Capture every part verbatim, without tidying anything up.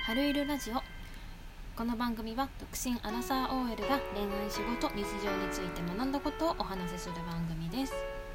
春いるラジオ。この番組は独身アラサー オーエル が恋愛、仕事、日常について学んだことをお話しする番組です。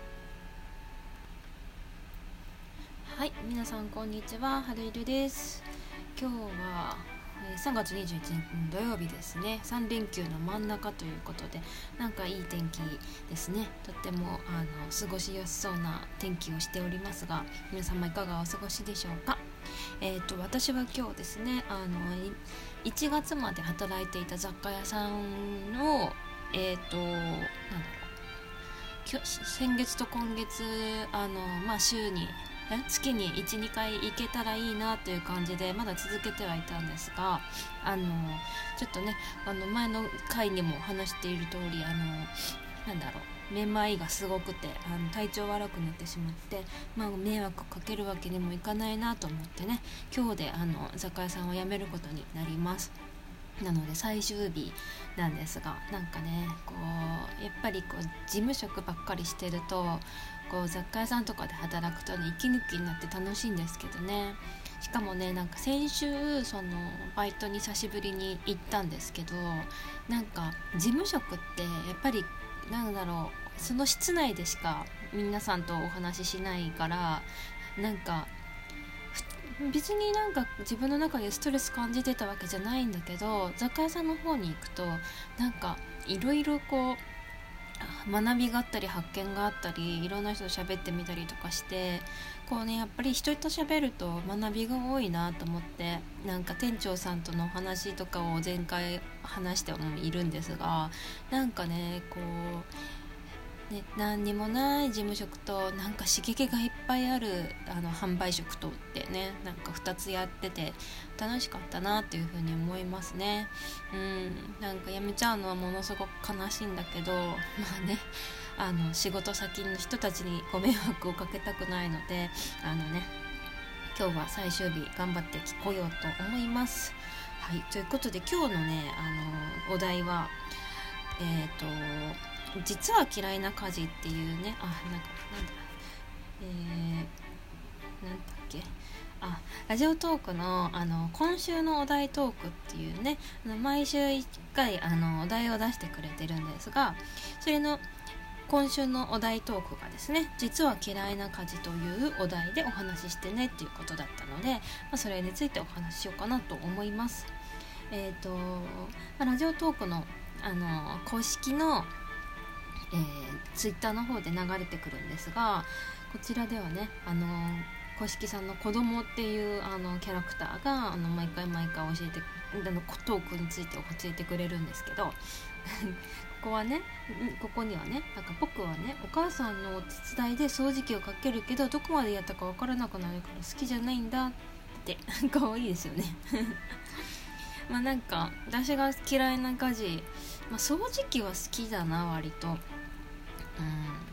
はい、皆さんこんにちは、春いるです。今日はさんがつにじゅういちにち土曜日ですね。さん連休の真ん中ということで、なんかいい天気ですね。とってもあの過ごしやすそうな天気をしておりますが、皆様いかがお過ごしでしょうか。えー、と私は今日ですね、あのいちがつまで働いていた雑貨屋さんのえっ、ー、となんだろう先月と今月あの、まあ、週にえ月に いち,に 回行けたらいいなという感じでまだ続けてはいたんですが、あのちょっとねあの前の回にも話している通り、あのなんだろうめまいがすごくてあの体調悪くなってしまって、まあ、迷惑かけるわけにもいかないなと思ってね、今日であの雑貨屋さんを辞めることになります。なので最終日なんですが、なんかねこうやっぱりこう事務職ばっかりしてるとこう雑貨屋さんとかで働くとね息抜きになって楽しいんですけどね。しかもねなんか先週そのバイトに久しぶりに行ったんですけど、なんか事務職ってやっぱりなんだろうその室内でしか皆さんとお話ししないから、なんか別になんか自分の中でストレス感じてたわけじゃないんだけど、雑貨屋さんの方に行くとなんかいろいろこう学びがあったり発見があったり、いろんな人と喋ってみたりとかして、こうねやっぱり人と喋ると学びが多いなと思って、なんか店長さんとのお話とかを前回話してもいるんですが、なんかねこうね、何にもない事務職となんか刺激がいっぱいあるあの販売職とってね、なんかふたつやってて楽しかったなっていうふうに思いますね。うん、なんか辞めちゃうのはものすごく悲しいんだけど、まあねあの仕事先の人たちにご迷惑をかけたくないので、あのね今日は最終日頑張ってこようと思います。はい、ということで今日のねあのお題はえっ、ー、と実は嫌いな家事っていうね、あ、なんかなんだえー、なんだっけあラジオトークのあの今週のお題トークっていうね、毎週いっかいあのお題を出してくれてるんですが、それの今週のお題トークがですね、実は嫌いな家事というお題でお話ししてねっていうことだったので、まあ、それについてお話ししようかなと思います。えっ、ー、と、まあ、ラジオトークのあの公式のえー、ツイッターの方で流れてくるんですが、こちらではねあの公式さんの子供っていうあのキャラクターがあの毎回毎回教えてあのトークについて教えてくれるんですけどここはねここにはねなんか僕はねお母さんのお手伝いで掃除機をかけるけどどこまでやったか分からなくなるから好きじゃないんだって可愛いですよねまあなんか私が嫌いな家事、まあ、掃除機は好きだな割と。うん、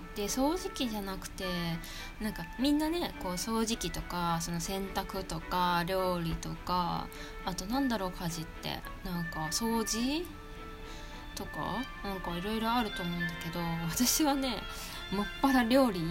で掃除機じゃなくてなんかみんなねこう掃除機とかその洗濯とか料理とか、あとなんだろう家事ってなんか掃除とかなんかいろいろあると思うんだけど、私はねもっぱら料理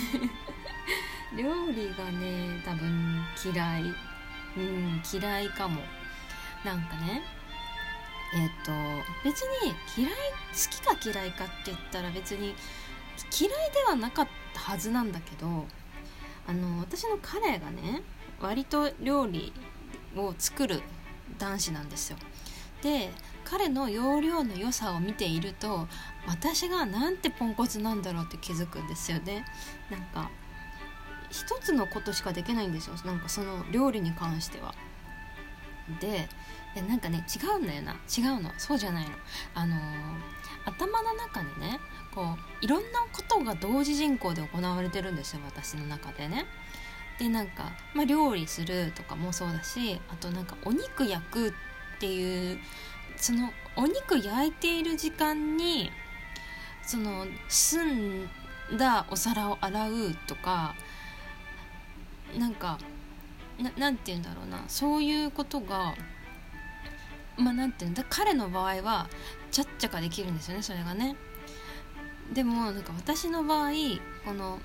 料理がね多分嫌い、うん、嫌いかも。なんかねえっと別に嫌い好きか嫌いかって言ったら別に嫌いではなかったはずなんだけど、あの私の彼がね割と料理を作る男子なんですよ。で彼の要領の良さを見ていると私がなんてポンコツなんだろうって気づくんですよね。なんか一つのことしかできないんですよ、なんかその料理に関しては。でなんかね違うんだよな違うのそうじゃないの、あのー、頭の中にねこういろんなことが同時進行で行われてるんですよ私の中でね。でなんか、まあ、料理するとかもそうだし、あとなんかお肉焼くっていうそのお肉焼いている時間にその澄んだお皿を洗うとか、なんか な, なんて言うんだろうな、そういうことがまあなんていうんだ彼の場合はちゃっちゃかできるんですよねそれがね。でもなんか私の場合この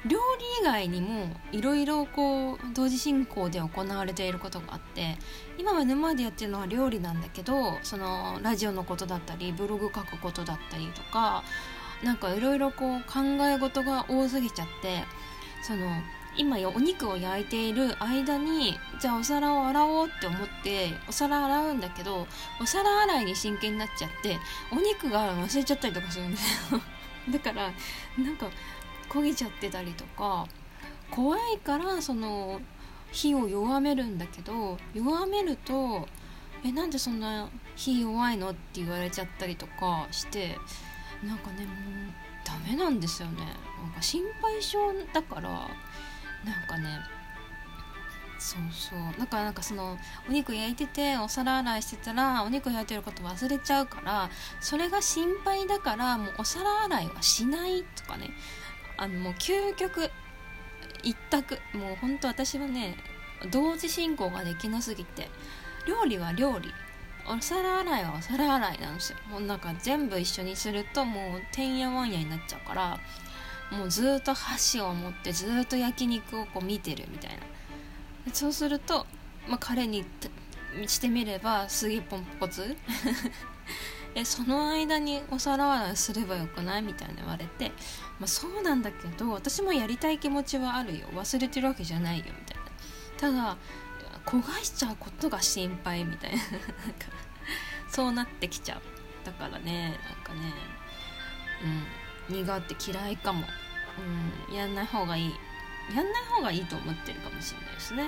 料理以外にもいろいろこう同時進行で行われていることがあって、今は沼でやってるのは料理なんだけど、そのラジオのことだったりブログ書くことだったりとか、なんかいろいろこう考え事が多すぎちゃって、その今お肉を焼いている間にじゃあお皿を洗おうって思ってお皿洗うんだけど、お皿洗いに真剣になっちゃってお肉が忘れちゃったりとかするんですよだからなんか焦げちゃってたりとか、怖いからその火を弱めるんだけど、弱めるとえなんでそんな火弱いのって言われちゃったりとかして、なんかねもうダメなんですよね。なんか心配性だから、なんかねそうそうだからなんかそのお肉焼いててお皿洗いしてたらお肉焼いてること忘れちゃうから、それが心配だからもうお皿洗いはしないとかね、あのもう究極一択、もう本当私はね同時進行ができなすぎて、料理は料理、お皿洗いはお皿洗いなんですよ。もうなんか全部一緒にするともうてんやわんやになっちゃうから、もうずっと箸を持ってずっと焼肉をこう見てるみたいな。そうすると、まあ、彼にしてみればすげえポンコツえその間にお皿洗いすればよくないみたいな言われて、まあ、そうなんだけど私もやりたい気持ちはあるよ、忘れてるわけじゃないよみたいな。ただ焦がしちゃうことが心配みたいなそうなってきちゃう。だからねなんかねうん苦手嫌いかも、うん、やんない方がいいやんない方がいいと思ってるかもしれないですね、うん、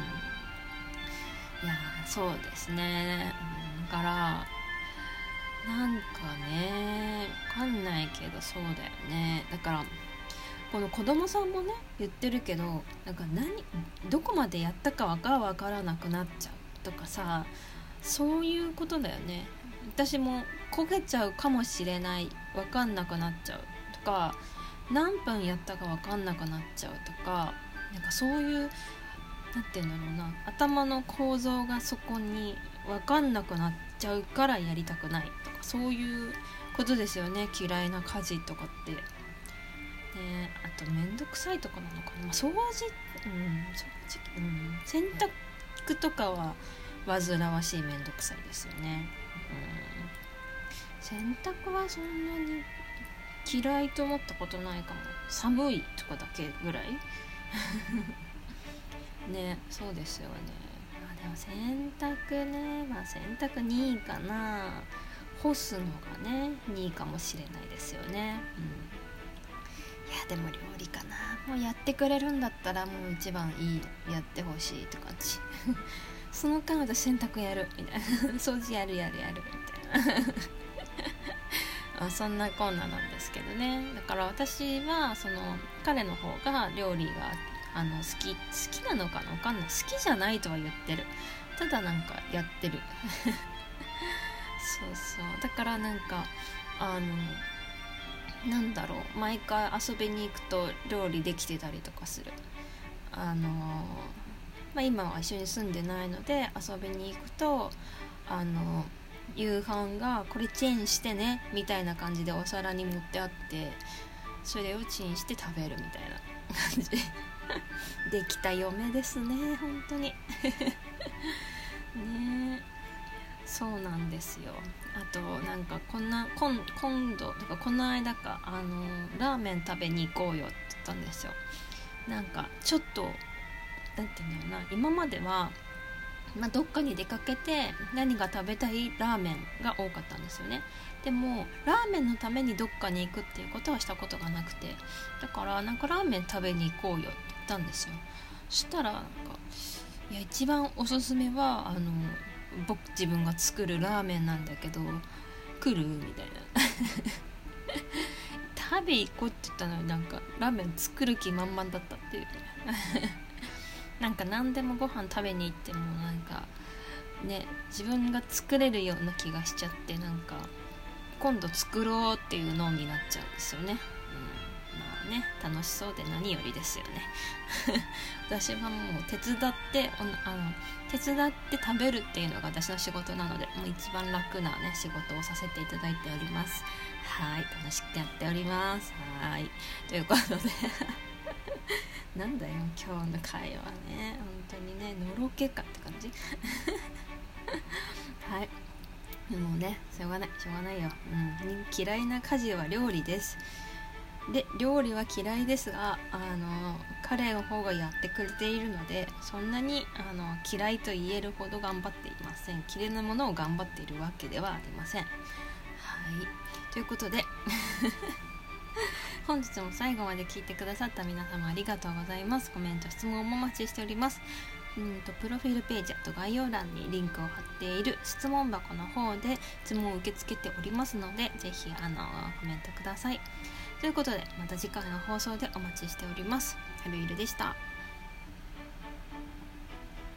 いやそうですね、うん、だからなんかねわかんないけどそうだよね。だからこの子供さんもね言ってるけど、なんか何どこまでやったかがわからなくなっちゃうとかさ、そういうことだよね。私も焦げちゃうかもしれない、わかんなくなっちゃうとか、何分やったかわかんなくなっちゃうとか、なんかそういうなんていうんだろうな、頭の構造がそこにわかんなくなっちゃうからやりたくないとか、そういうことですよね。嫌いな家事とかってね。あとめんどくさいとかなのかな、まあ、掃除、うん、掃除、うん、洗濯とかは煩わしいめんどくさいですよね、うん、洗濯はそんなに嫌いと思ったことないかも。寒いとかだけぐらいね、そうですよね。まあでも洗濯ね、まあ洗濯にいかな、干すのがねにいかもしれないですよね、うん、いやでも料理かな、もうやってくれるんだったらもう一番いい、やってほしいって感じその間私洗濯やるみたいな掃除やるやるやるみたいなあそんなこんななんですけどね。だから私はその彼の方が料理があの好き好きなのかな、わかんない、好きじゃないとは言ってる、ただなんかやってるそうそうだからなんかあのなんだろう、毎回遊びに行くと料理できてたりとかする。あのまあ今は一緒に住んでないので遊びに行くとあの夕飯がこれチンしてねみたいな感じでお皿に盛ってあって、それをチンして食べるみたいな感じできた嫁ですね本当にね、そうなんですよ。あとなんかこんな今今度とかこの間かあのラーメン食べに行こうよって言ったんですよ。なんかちょっとなんていうんだろうな、今まではまあ、どっかに出かけて何が食べたいラーメンが多かったんですよね。でもラーメンのためにどっかに行くっていうことはしたことがなくて、だからなんかラーメン食べに行こうよって言ったんですよ。そしたらなんかいや一番おすすめはあの僕自分が作るラーメンなんだけど来るみたいな食べ行こうって言ったのになんかラーメン作る気満々だったっていうなんか何でもご飯食べに行ってもなんかね自分が作れるような気がしちゃって、なんか今度作ろうっていう脳になっちゃうんですよね、うん、まあね楽しそうで何よりですよね私はもう手伝ってあの手伝って食べるっていうのが私の仕事なので、もう一番楽なね仕事をさせていただいております。はい、楽しくやっております。はいということでなんだよ今日の会話ね、本当にね、のろけかって感じはい、でもね、しょうがないしょうがないよ、うん、嫌いな家事は料理です。で、料理は嫌いですが、あの彼の方がやってくれているので、そんなにあの嫌いと言えるほど頑張っていません。嫌いなものを頑張っているわけではありません。はい、ということで本日も最後まで聞いてくださった皆様ありがとうございます。コメント質問もお待ちしております。うんとプロフィールページと概要欄にリンクを貼っている質問箱の方で質問を受け付けておりますので、ぜひあのコメントください。ということで、また次回の放送でお待ちしております。はるいるでした。